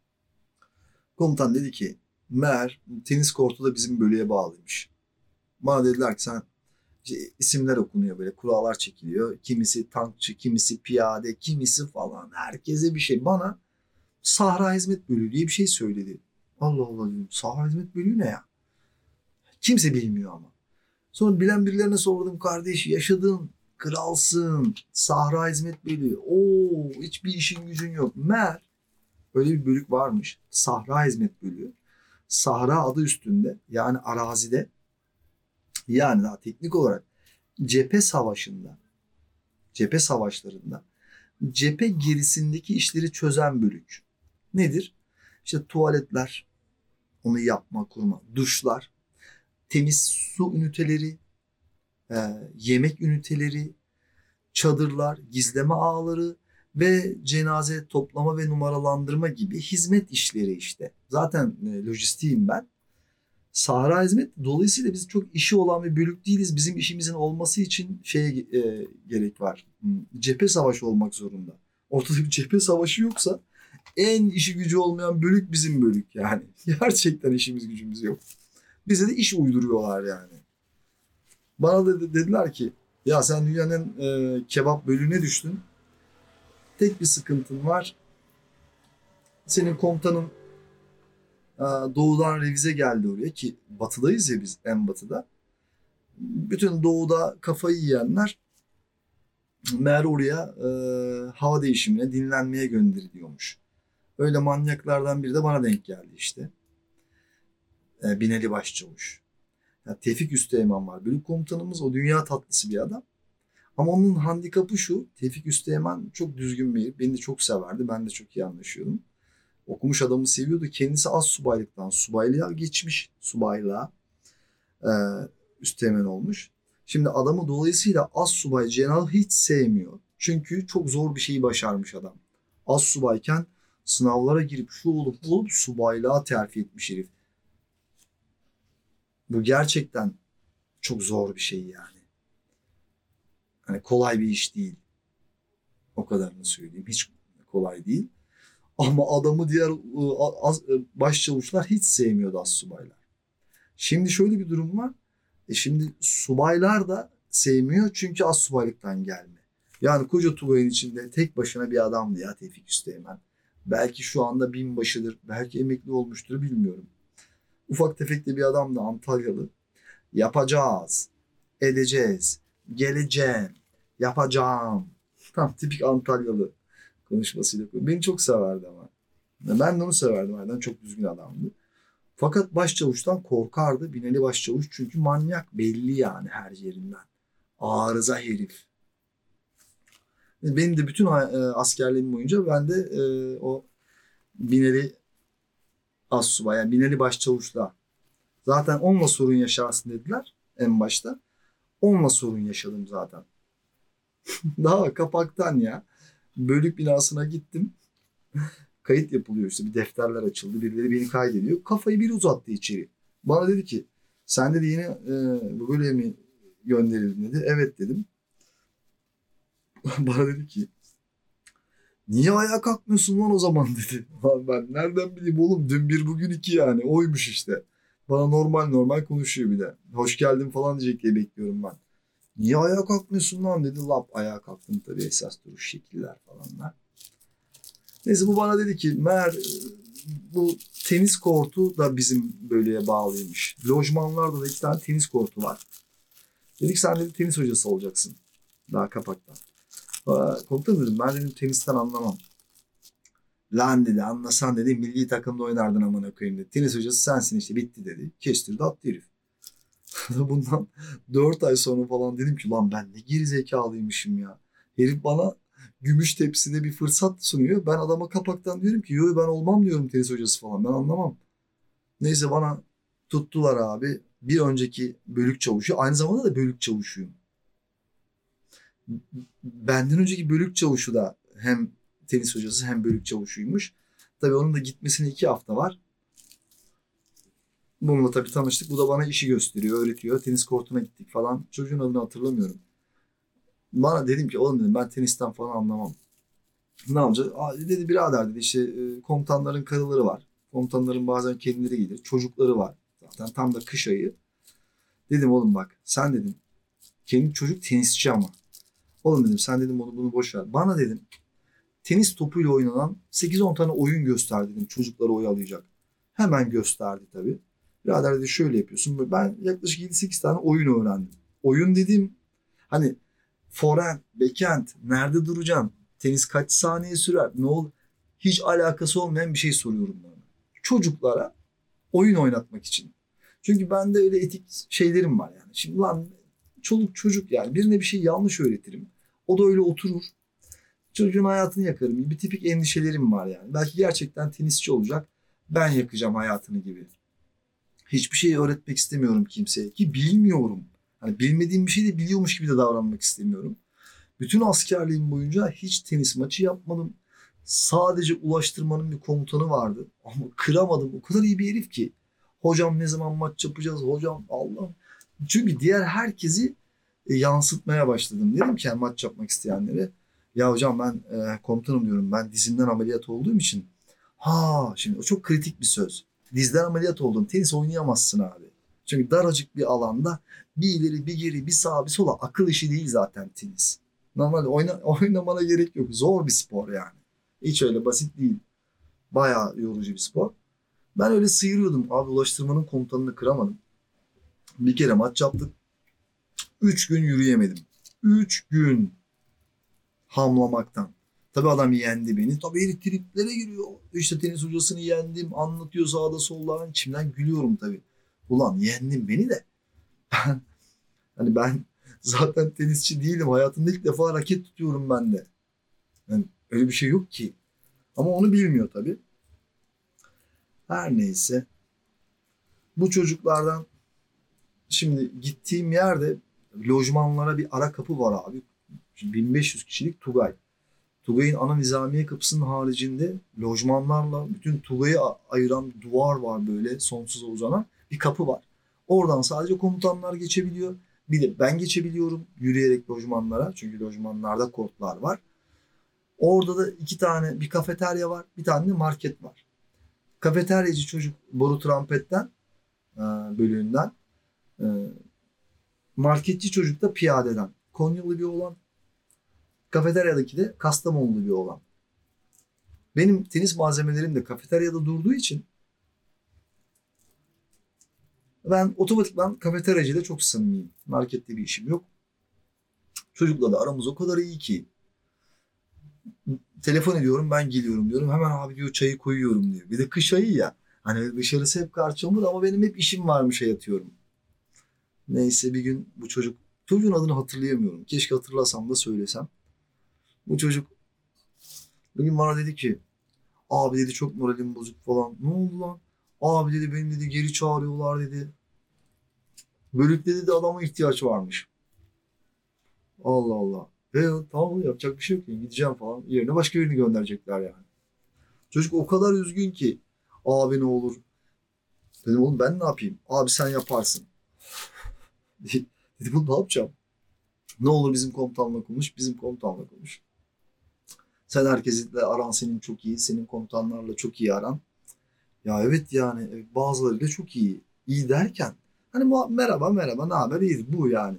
komutan dedi ki meğer tenis kortu da bizim bölüye bağlıymış. Bana dediler ki sen işte isimler okunuyor böyle kurallar çekiliyor. Kimisi tankçı, kimisi piyade, kimisi falan. Herkese bir şey. Bana Sahra Hizmet Bölüğü diye bir şey söyledi. Allah Allah dedim. Sahra Hizmet Bölüğü ne ya? Kimse bilmiyor ama. Sonra bilen birilerine sordum, kardeş yaşadığın kralsın. Sahra Hizmet Bölüğü. Oo, hiçbir işin gücün yok. Meğer öyle bir bölük varmış. Sahra Hizmet Bölüğü. Sahra adı üstünde yani arazide, yani daha teknik olarak cephe savaşında, cephe savaşlarında cephe gerisindeki işleri çözen bölük. Nedir? İşte tuvaletler, onu yapma, kurma, duşlar, temiz su üniteleri, e, yemek üniteleri, çadırlar, gizleme ağları ve cenaze toplama ve numaralandırma gibi hizmet işleri işte. Zaten e, lojistiyim ben. Sahra Hizmet dolayısıyla biz çok işi olan bir bölük değiliz. Bizim işimizin olması için şeye e, gerek var. Cephe savaşı olmak zorunda. Ortada bir cephe savaşı yoksa en işi gücü olmayan bölük bizim bölük yani. Gerçekten işimiz gücümüz yok. Bize de iş uyduruyorlar yani. Bana da dediler ki ya sen dünyanın e, kebap bölüğüne düştün. Tek bir sıkıntın var. Senin komutanın e, doğudan revize geldi oraya ki batıdayız ya biz, en batıda. Bütün doğuda kafayı yiyenler meğer oraya e, hava değişimine, dinlenmeye gönderiliyormuş. Öyle manyaklardan biri de bana denk geldi işte. E, Binali Başçavuş. Yani Tevfik Üsteğmen var. Bölük komutanımız, o dünya tatlısı bir adam. Ama onun handikapı şu. Tevfik Üsteğmen çok düzgün bir herif. Beni de çok severdi. Ben de çok iyi anlaşıyordum. Okumuş adamı seviyordu. Kendisi az subaylıktan subaylığa geçmiş. Subaylığa e, Üsteğmen olmuş. Şimdi adamı dolayısıyla az subay Cenal hiç sevmiyor. Çünkü çok zor bir şeyi başarmış adam. Az subayken sınavlara girip şu olup bu olup subaylığa terfi etmiş herif. Bu gerçekten çok zor bir şey yani. Hani kolay bir iş değil. O kadarını söyleyeyim. Hiç kolay değil. Ama adamı diğer başçavuşlar hiç sevmiyordu astsubaylar. Şimdi şöyle bir durum var. E şimdi subaylar da sevmiyor çünkü astsubaylıktan gelme. Yani koca Tugay'ın içinde tek başına bir adamdı ya Tevfik Üsteğmen. Belki şu anda binbaşıdır. Belki emekli olmuştur bilmiyorum. ufak tefek de bir adam da Antalyalı. Yapacağız, edeceğiz, geleceğim, yapacağım. Tam tipik Antalyalı konuşmasıyla. Beni çok severdi ama. Ben de onu severdim. Aynen çok düzgün adamdı. Fakat başçavuştan korkardı. Binali Başçavuş çünkü manyak belli yani her yerinden. Arıza herif. Benim de bütün askerliğim boyunca ben de e, o Binali Assubay yani Binali Başçavuş'la zaten onunla sorun yaşarsın dediler en başta. Onunla sorun yaşadım zaten. Daha kapaktan ya. Bölük binasına gittim. Kayıt yapılıyor işte bir defterler açıldı. Birileri beni kaydediyor. Kafayı bir uzattı içeri. Bana dedi ki sen dedi yine e, böyle mi gönderildin dedi. Evet dedim. Bana dedi ki niye ayağa kalkmıyorsun lan o zaman dedi. Lan ben nereden bileyim oğlum dün bir bugün iki yani oymuş işte. Bana normal normal konuşuyor bir de. Hoş geldin falan diyecek diye bekliyorum ben. Niye ayağa kalkmıyorsun lan dedi. Lap ayağa kalktım tabii esas duruş şekiller falanlar. Neyse bu bana dedi ki meğer bu tenis kortu da bizim bölüye bağlıymış. Lojmanlarda da iki tane tenis kortu var. Dedik sen dedi tenis hocası olacaksın. Daha kapaktan. Komutanım dedim ben dedim tenisten anlamam. Lan dedi anlasan dedi milli takımda oynardın amına koyayım dedi. Tenis hocası sensin işte bitti dedi. Kestirdi attı herif. Bundan dört ay sonra falan dedim ki lan ben ne gerizekalıymışım ya. Herif bana gümüş tepside bir fırsat sunuyor. Ben adama kapaktan diyorum ki yo ben olmam diyorum tenis hocası falan ben anlamam. Neyse bana tuttular abi. Bir önceki bölük çavuşu aynı zamanda da bölük çavuşuyum. Benden önceki bölük çavuşu da hem tenis hocası hem bölük çavuşuymuş. Tabii onun da gitmesine iki hafta var. Bununla tabii tanıştık. Bu da bana işi gösteriyor, öğretiyor. Tenis kortuna gittik falan. Çocuğun adını hatırlamıyorum. Bana dedim ki oğlum dedim ben tenisten falan anlamam. Ne yapacağız? Aa, dedi birader dedi işte komutanların karıları var. Komutanların bazen kendileri gelir. Çocukları var. Zaten tam da kış ayı. Dedim oğlum bak sen dedim kendi çocuk tenisçi ama. Oğlum dedim sen dedim onu bunu boş ver. Bana dedim tenis topuyla oynanan sekiz on tane oyun göster dedim. Çocukları oyalayacak. Hemen gösterdi tabii. Birader dedi şöyle yapıyorsun. Ben yaklaşık yedi sekiz tane oyun öğrendim. Oyun dediğim hani forehand, backhand, nerede duracaksın? Tenis kaç saniye sürer? Ne olur? Hiç alakası olmayan bir şey soruyorum bana. Çocuklara oyun oynatmak için. Çünkü bende öyle etik şeylerim var yani. Şimdi lan çoluk çocuk yani birine bir şey yanlış öğretirim. O da öyle oturur. Çocuğun hayatını yakarım gibi tipik endişelerim var yani. Belki gerçekten tenisçi olacak. Ben yakacağım hayatını gibi. Hiçbir şey öğretmek istemiyorum kimseye ki bilmiyorum. Hani bilmediğim bir şey de biliyormuş gibi de davranmak istemiyorum. Bütün askerliğim boyunca hiç tenis maçı yapmadım. Sadece ulaştırmanın bir komutanı vardı. Ama kıramadım. O kadar iyi bir herif ki. Hocam ne zaman maç yapacağız? Hocam Allah'ım. Çünkü diğer herkesi e, yansıtmaya başladım. Dedim ki yani maç yapmak isteyenlere. Ya hocam ben e, komutanım diyorum. Ben dizimden ameliyat olduğum için. Ha şimdi o çok kritik bir söz. Dizden ameliyat oldun. Tenis oynayamazsın abi. Çünkü daracık bir alanda bir ileri bir geri bir sağa bir sola akıl işi değil zaten tenis. Normalde oyna, oynamana gerek yok. Zor bir spor yani. Hiç öyle basit değil. Bayağı yorucu bir spor. Ben öyle sıyırıyordum. Abi ulaştırmanın komutanını kıramadım. Bir kere maç yaptık. Üç gün yürüyemedim. Üç gün hamlamaktan. Tabii adam yendi beni. Tabii herif triplere giriyor. İşte tenis hocasını yendim. Anlatıyor sağda solda. İçimden gülüyorum tabii. Ulan yendin beni de. Hani ben zaten tenisçi değilim. Hayatımda ilk defa raket tutuyorum ben de. Yani öyle bir şey yok ki. Ama onu bilmiyor tabii. Her neyse. Bu çocuklardan şimdi gittiğim yerde lojmanlara bir ara kapı var abi. Şimdi bin beş yüz kişilik Tugay. Tugay'ın ana nizamiye kapısının haricinde lojmanlarla bütün Tugay'ı ayıran duvar var böyle sonsuza uzanan bir kapı var. Oradan sadece komutanlar geçebiliyor. Bir de ben geçebiliyorum yürüyerek lojmanlara. Çünkü lojmanlarda kortlar var. Orada da iki tane bir kafeterya var. Bir tane de market var. Kafeteryacı çocuk boru trampetten bölüğünden. Marketçi çocuk da piyadeden. Konyalı bir oğlan. Kafeteryadaki de Kastamonulu bir oğlan. Benim tenis malzemelerim de kafeteryada durduğu için Ben otomatikman kafeteryacıyla çok samimiyim. Markette bir işim yok. Çocukla da aramız o kadar iyi ki. Telefon ediyorum, ben geliyorum diyorum. Hemen abi diyor çayı koyuyorum diyor. Bir de kış ayı ya. Hani dışarısı hep kar çamur ama benim hep işim varmış yatıyorum. Neyse bir gün bu çocuk, çocuğun adını hatırlayamıyorum. Keşke hatırlasam da söylesem. Bu çocuk bugün bana dedi ki abi dedi çok moralim bozuk falan. Ne oldu lan? Abi dedi beni dedi geri çağırıyorlar dedi. Bölükte dedi adama ihtiyaç varmış. Allah Allah. E tamam yapacak bir şey yok. Gideceğim falan. Yerine başka birini gönderecekler yani. Çocuk o kadar üzgün ki. Abi ne olur. Dedim oğlum ben ne yapayım? Abi sen yaparsın. Dedim oğlum ne yapacağım? Ne olur bizim komutanla konuş. Bizim komutanla konuş. Sen herkesle aran senin çok iyi. Senin komutanlarla çok iyi aran. Ya evet yani bazılarıyla çok iyi. İyi derken hani merhaba merhaba ne haber iyidir bu yani.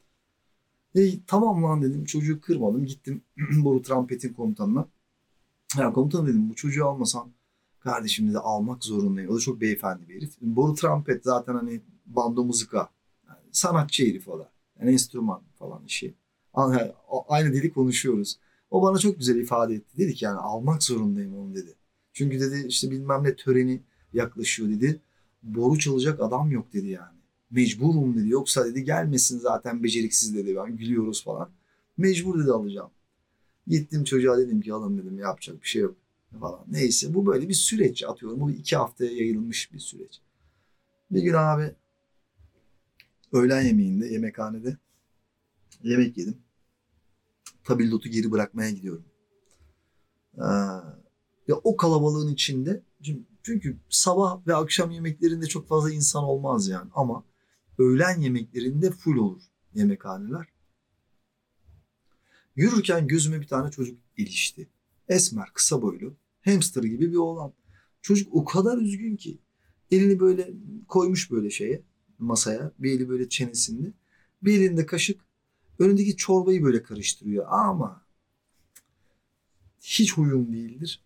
E, tamam lan dedim çocuğu kırmadım gittim Boru Trampet'in komutanına. Ya komutan dedim bu çocuğu almasam kardeşim dedi almak zorundayım. O da çok beyefendi bir herif. Boru Trampet zaten hani bando muzika. Yani sanatçı herif o da. Yani enstrüman falan işi. Aynı dili konuşuyoruz. O bana çok güzel ifade etti. Dedi ki yani almak zorundayım onu dedi. Çünkü dedi işte bilmem ne töreni yaklaşıyor dedi. Boru çalacak adam yok dedi yani. Mecburum dedi. Yoksa dedi gelmesin zaten beceriksiz dedi. Ben gülüyoruz falan. Mecbur dedi alacağım. Gittim çocuğa dedim ki alın dedim yapacak bir şey yok falan. Neyse bu böyle bir süreç atıyorum. Bu iki haftaya yayılmış bir süreç. Bir gün abi öğlen yemeğinde yemekhanede yemek yedim. Tabildot'u geri bırakmaya gidiyorum. Ee, ya o kalabalığın içinde çünkü sabah ve akşam yemeklerinde çok fazla insan olmaz yani ama öğlen yemeklerinde full olur yemekhaneler. Yürürken gözüme bir tane çocuk ilişti. Esmer, kısa boylu, hamster gibi bir oğlan. Çocuk o kadar üzgün ki elini böyle koymuş böyle şeye masaya, bir eli böyle çenesinde, bir elinde kaşık, önündeki çorbayı böyle karıştırıyor ama hiç huyum değildir.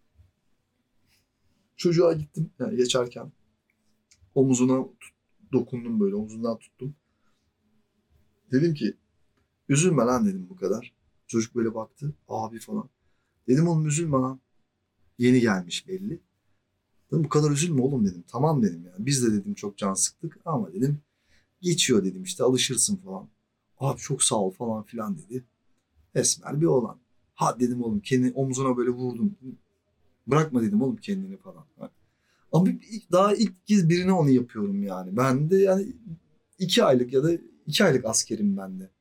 Çocuğa gittim yani geçerken omuzuna dokundum böyle omuzundan tuttum. Dedim ki üzülme lan dedim bu kadar. Çocuk böyle baktı abi falan. Dedim oğlum üzülme lan. Yeni gelmiş belli. Dedim, bu kadar üzülme oğlum dedim. Tamam dedim yani. Biz de dedim çok can sıktık ama dedim geçiyor dedim işte alışırsın falan. Abi çok sağ ol falan filan dedi. Esmer bir oğlan. Ha dedim oğlum kendi omzuna böyle vurdum. Bırakma dedim oğlum kendini falan. Ama ilk, daha ilk kez birine onu yapıyorum yani. Ben de yani iki aylık ya da iki aylık askerim ben de.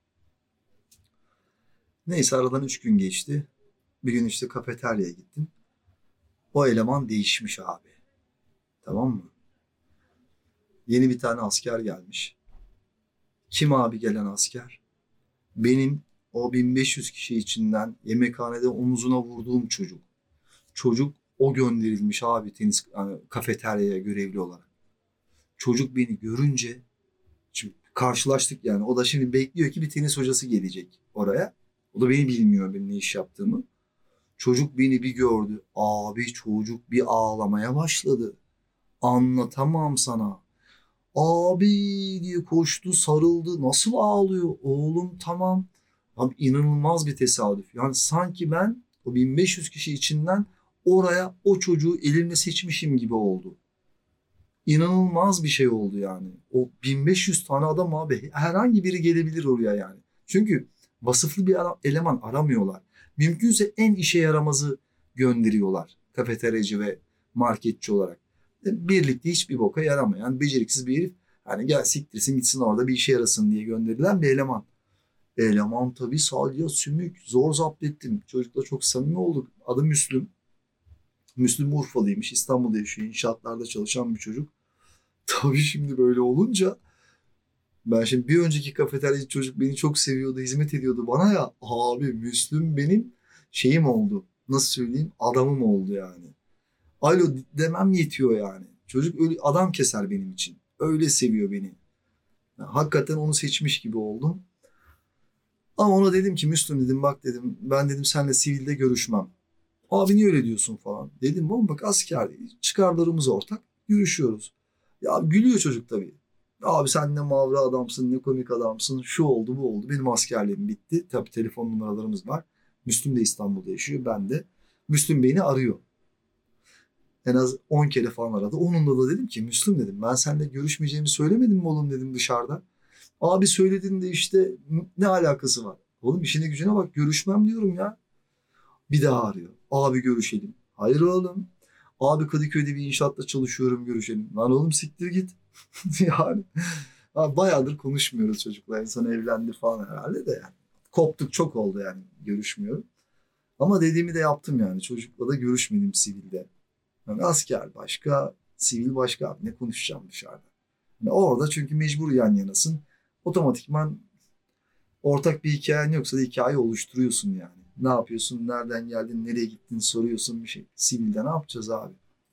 Neyse aradan üç gün geçti. Bir gün işte kafeteryaya gittim. O eleman değişmiş abi. Tamam mı? Yeni bir tane asker gelmiş. Kim abi gelen asker? Benim o bin beş yüz kişi içinden yemekhanede omuzuna vurduğum çocuk. Çocuk o gönderilmiş abi tenis yani kafeteryaya görevli olarak. Çocuk beni görünce şimdi karşılaştık yani. O da şimdi bekliyor ki bir tenis hocası gelecek oraya. O da beni bilmiyor benim ne iş yaptığımı. Çocuk beni bir gördü. Abi çocuk bir ağlamaya başladı. Anlatamam sana. Abi diye koştu, sarıldı. Nasıl ağlıyor? Oğlum tamam. Abi inanılmaz bir tesadüf. Yani sanki ben o bin beş yüz kişi içinden oraya o çocuğu elimle seçmişim gibi oldu. İnanılmaz bir şey oldu yani. O bin beş yüz tane adam abi herhangi biri gelebilir oraya yani. Çünkü vasıflı bir eleman aramıyorlar. Mümkünse en işe yaramazı gönderiyorlar. Kafeteryacı ve marketçi olarak. Birlikte hiçbir boka yaramayan beceriksiz bir herif. Hani gel siktirsin gitsin orada bir işe yarasın diye gönderilen bir eleman. Eleman tabii salya sümük zor zapt ettim. Çocukla çok samimi olduk. Adı Müslüm. Müslüm Urfalıymış. İstanbul'da yaşıyor. İnşaatlarda çalışan bir çocuk. Tabii şimdi böyle olunca ben şimdi bir önceki kafeteryacı çocuk beni çok seviyordu, hizmet ediyordu bana ya. Abi Müslüm benim şeyim oldu. Nasıl söyleyeyim? Adamım oldu yani. Alo demem yetiyor yani. Çocuk öyle adam keser benim için. Öyle seviyor beni. Yani hakikaten onu seçmiş gibi oldum. Ama ona dedim ki Müslüm dedim bak dedim ben dedim seninle sivilde görüşmem. Abi niye öyle diyorsun falan. Dedim oğlum bak asker çıkarlarımız ortak görüşüyoruz. Ya gülüyor çocuk tabii. Abi sen ne mavra adamsın, ne komik adamsın. Şu oldu, bu oldu. Benim askerliğim bitti. Tabii telefon numaralarımız var. Müslüm de İstanbul'da yaşıyor. Ben de. Müslüm beni arıyor. En az on kere falan aradı. Onunla da dedim ki Müslüm dedim ben seninle görüşmeyeceğimi söylemedim mi oğlum dedim dışarıda. Abi söyledin de işte ne alakası var? Oğlum işine gücüne bak görüşmem diyorum ya. Bir daha arıyor. Abi görüşelim. Hayır oğlum. Abi Kadıköy'de bir inşaatta çalışıyorum görüşelim. Lan oğlum siktir git. Yani abi bayağıdır konuşmuyoruz çocuklar. İnsan evlendi falan herhalde de yani. Koptuk çok oldu yani görüşmüyorum. Ama dediğimi de yaptım yani. Çocukla da görüşmedim sivilde. Yani asker başka, sivil başka. Abi ne konuşacağım dışarıda? Yani orada çünkü mecbur yan yanasın. Otomatikman ortak bir hikayen yoksa da hikaye oluşturuyorsun yani. Ne yapıyorsun, nereden geldin, nereye gittin soruyorsun bir şey. Sivilde ne yapacağız abi?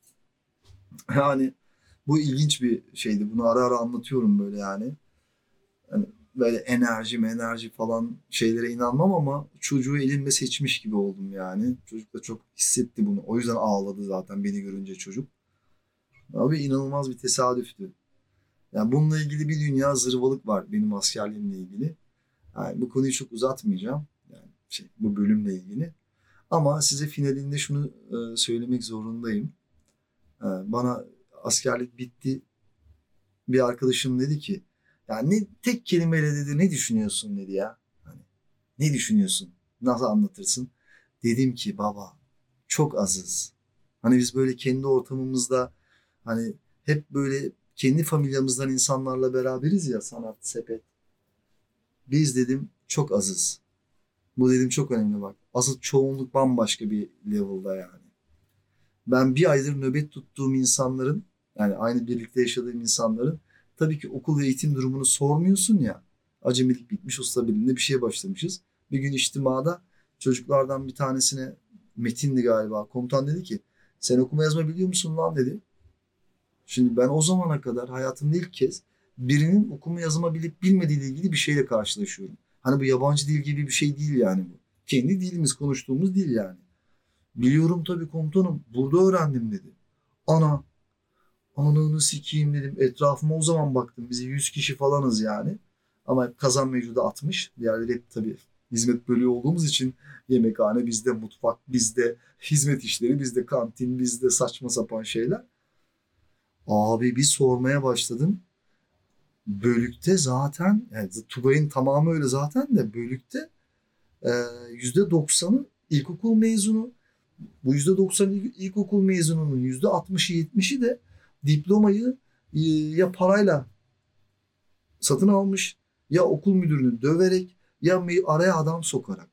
Yani bu ilginç bir şeydi. Bunu ara ara anlatıyorum böyle yani. Hani böyle enerji enerji falan şeylere inanmam ama çocuğu elimde seçmiş gibi oldum yani. Çocuk da çok hissetti bunu. O yüzden ağladı zaten beni görünce çocuk. Abi inanılmaz bir tesadüftü. Yani bununla ilgili bir dünya zırvalık var benim askerliğimle ilgili. Yani bu konuyu çok uzatmayacağım. Yani şey, bu bölümle ilgili. Ama size finalinde şunu e, söylemek zorundayım. E, bana askerlik bitti. Bir arkadaşım dedi ki yani ne, tek kelimeyle dedi ne düşünüyorsun dedi ya. Hani, ne düşünüyorsun? Nasıl anlatırsın? Dedim ki baba çok azız. Hani biz böyle kendi ortamımızda hani hep böyle kendi familyamızdan insanlarla beraberiz ya sanat, sepet. Biz dedim çok azız. Bu dedim çok önemli bak. Asıl çoğunluk bambaşka bir level'da yani. Ben bir aydır nöbet tuttuğum insanların yani aynı birlikte yaşadığım insanların tabii ki okul ve eğitim durumunu sormuyorsun ya. Acemilik bitmiş usta birliğinde bir şeye başlamışız. Bir gün içtimada çocuklardan bir tanesine Metin'di galiba. Komutan dedi ki sen okuma yazma biliyor musun lan dedi. Şimdi ben o zamana kadar hayatımda ilk kez birinin okuma yazma bilip bilmediğiyle ilgili bir şeyle karşılaşıyorum. Hani bu yabancı dil gibi bir şey değil yani bu. Kendi dilimiz konuştuğumuz dil yani. Biliyorum tabii komutanım. Burada öğrendim dedi. Ana. Ananı sikeyim dedim. Etrafıma o zaman baktım. Biz yüz kişi falanız yani. Ama hep kazan mevcudu altmış. Diğerleri hep tabii hizmet bölüğü olduğumuz için yemekhane bizde, mutfak bizde, hizmet işleri bizde, kantin bizde, saçma sapan şeyler. Abi bir sormaya başladım. Bölükte zaten yani Tugay'ın tamamı öyle zaten de bölükte e, yüzde doksanı ilkokul mezunu. Bu yüzde doksan ilkokul mezununun yüzde altmışı yetmişi de diplomayı e, ya parayla satın almış ya okul müdürünü döverek ya araya adam sokarak.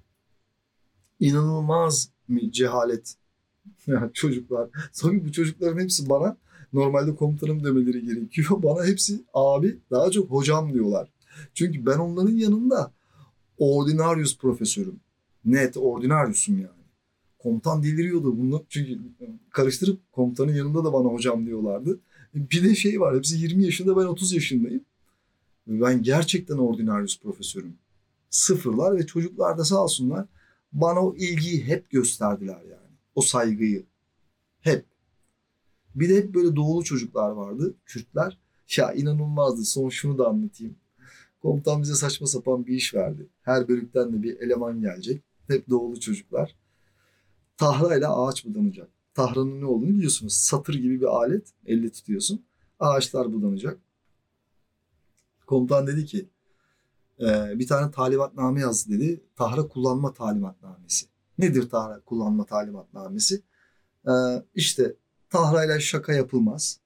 İnanılmaz bir cehalet. Yani çocuklar. Tabii bu çocukların hepsi bana normalde komutanım demeleri gerekiyor. Bana hepsi abi daha çok hocam diyorlar. Çünkü ben onların yanında ordinarius profesörüm. Net ordinarius'um yani. Komutan deliriyordu bunu. Çünkü karıştırıp komutanın yanında da bana hocam diyorlardı. Bir de şey var hepsi yirmi yaşında ben otuz yaşındayım. Ben gerçekten ordinarius profesörüm. Sıfırlar ve çocuklar da sağ olsunlar bana o ilgiyi hep gösterdiler yani. O saygıyı. Hep. Bir de hep böyle doğulu çocuklar vardı. Kürtler. Ya inanılmazdı. Son şunu da anlatayım. Komutan bize saçma sapan bir iş verdi. Her bölükten de bir eleman gelecek. Hep doğulu çocuklar. Tahrayla ağaç budanacak. Tahranın ne olduğunu biliyorsunuz. Satır gibi bir alet. Elle tutuyorsun. Ağaçlar budanacak. Komutan dedi ki e, bir tane talimatname yaz dedi. Tahra kullanma talimatnamesi. Nedir tahra kullanma talimatnamesi? E, işte tahrayla şaka yapılmaz.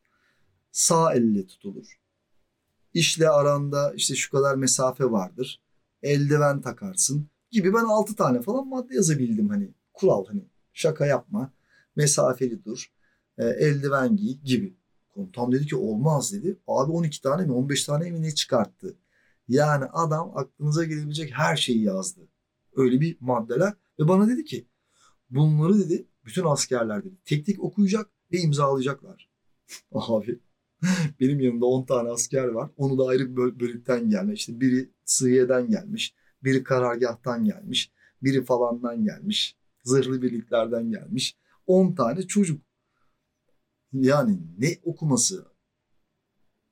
Sağ elle tutulur. İşle aranda işte şu kadar mesafe vardır. Eldiven takarsın gibi ben altı tane falan madde yazabildim hani. Kural hani şaka yapma, mesafeli dur, e, eldiven giy gibi. Komutan dedi ki olmaz dedi. Abi on iki tane mi on beş tane mi ne çıkarttı. Yani adam aklınıza gelebilecek her şeyi yazdı. Öyle bir maddeler ve bana dedi ki bunları dedi bütün askerler dedi tek tek okuyacak ve imzalayacaklar. Abi benim yanımda on tane asker var. Onu da ayrı bir bölükten gelmiş. İşte biri Sıhhiye'den gelmiş, biri karargahtan gelmiş, biri falandan gelmiş. Zırhlı birliklerden gelmiş. on tane çocuk. Yani ne okuması?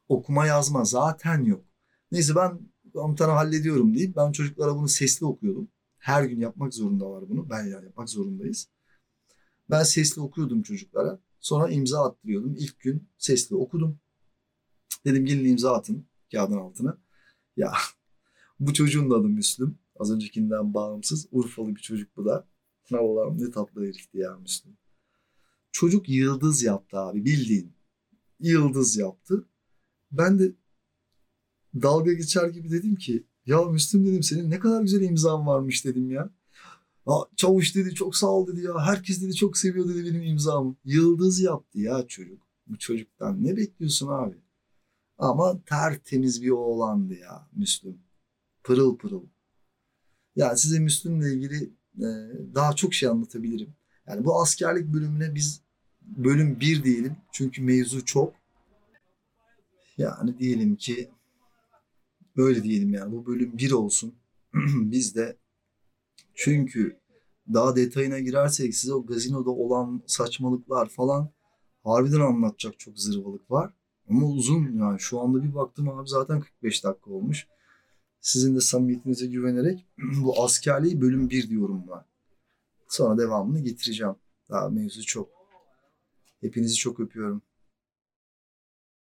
okuma yazma zaten yok. Neyse ben komutanı hallediyorum deyip ben çocuklara bunu sesli okuyordum. Her gün yapmak zorundalar bunu. Ben ya yapmak zorundayız. Ben sesli okuyordum çocuklara. Sonra imza attırıyordum. İlk gün sesli okudum. Dedim gelin imza atın kağıdın altına. Ya bu çocuğun da adı Müslüm. Az öncekinden bağımsız. Urfalı bir çocuk bu da. Allah'ım ne tatlı herifti ya Müslüm. Çocuk yıldız yaptı abi bildiğin. Yıldız yaptı. Ben de dalga geçer gibi dedim ki ya Müslüm dedim senin ne kadar güzel imzan varmış dedim ya. Aa, çavuş dedi çok sağ ol dedi ya. Herkes dedi çok seviyor dedi benim imzamı. Yıldız yaptı ya çocuk. Bu çocuktan ne bekliyorsun abi? Ama tertemiz bir oğlandı ya Müslüm. Pırıl pırıl. Ya size Müslüm'le ilgili e, daha çok şey anlatabilirim. Yani bu askerlik bölümüne biz bölüm bir diyelim. Çünkü mevzu çok. Yani diyelim ki böyle diyelim yani bu bölüm bir olsun. Biz de çünkü daha detayına girersek size o gazinoda olan saçmalıklar falan harbiden anlatacak çok zırvalık var. Ama uzun yani şu anda bir baktım abi zaten kırk beş dakika olmuş. Sizin de samimiyetinize güvenerek bu askerliği bölüm bir diyorum ben. Sonra devamını getireceğim. Daha mevzu çok. Hepinizi çok öpüyorum.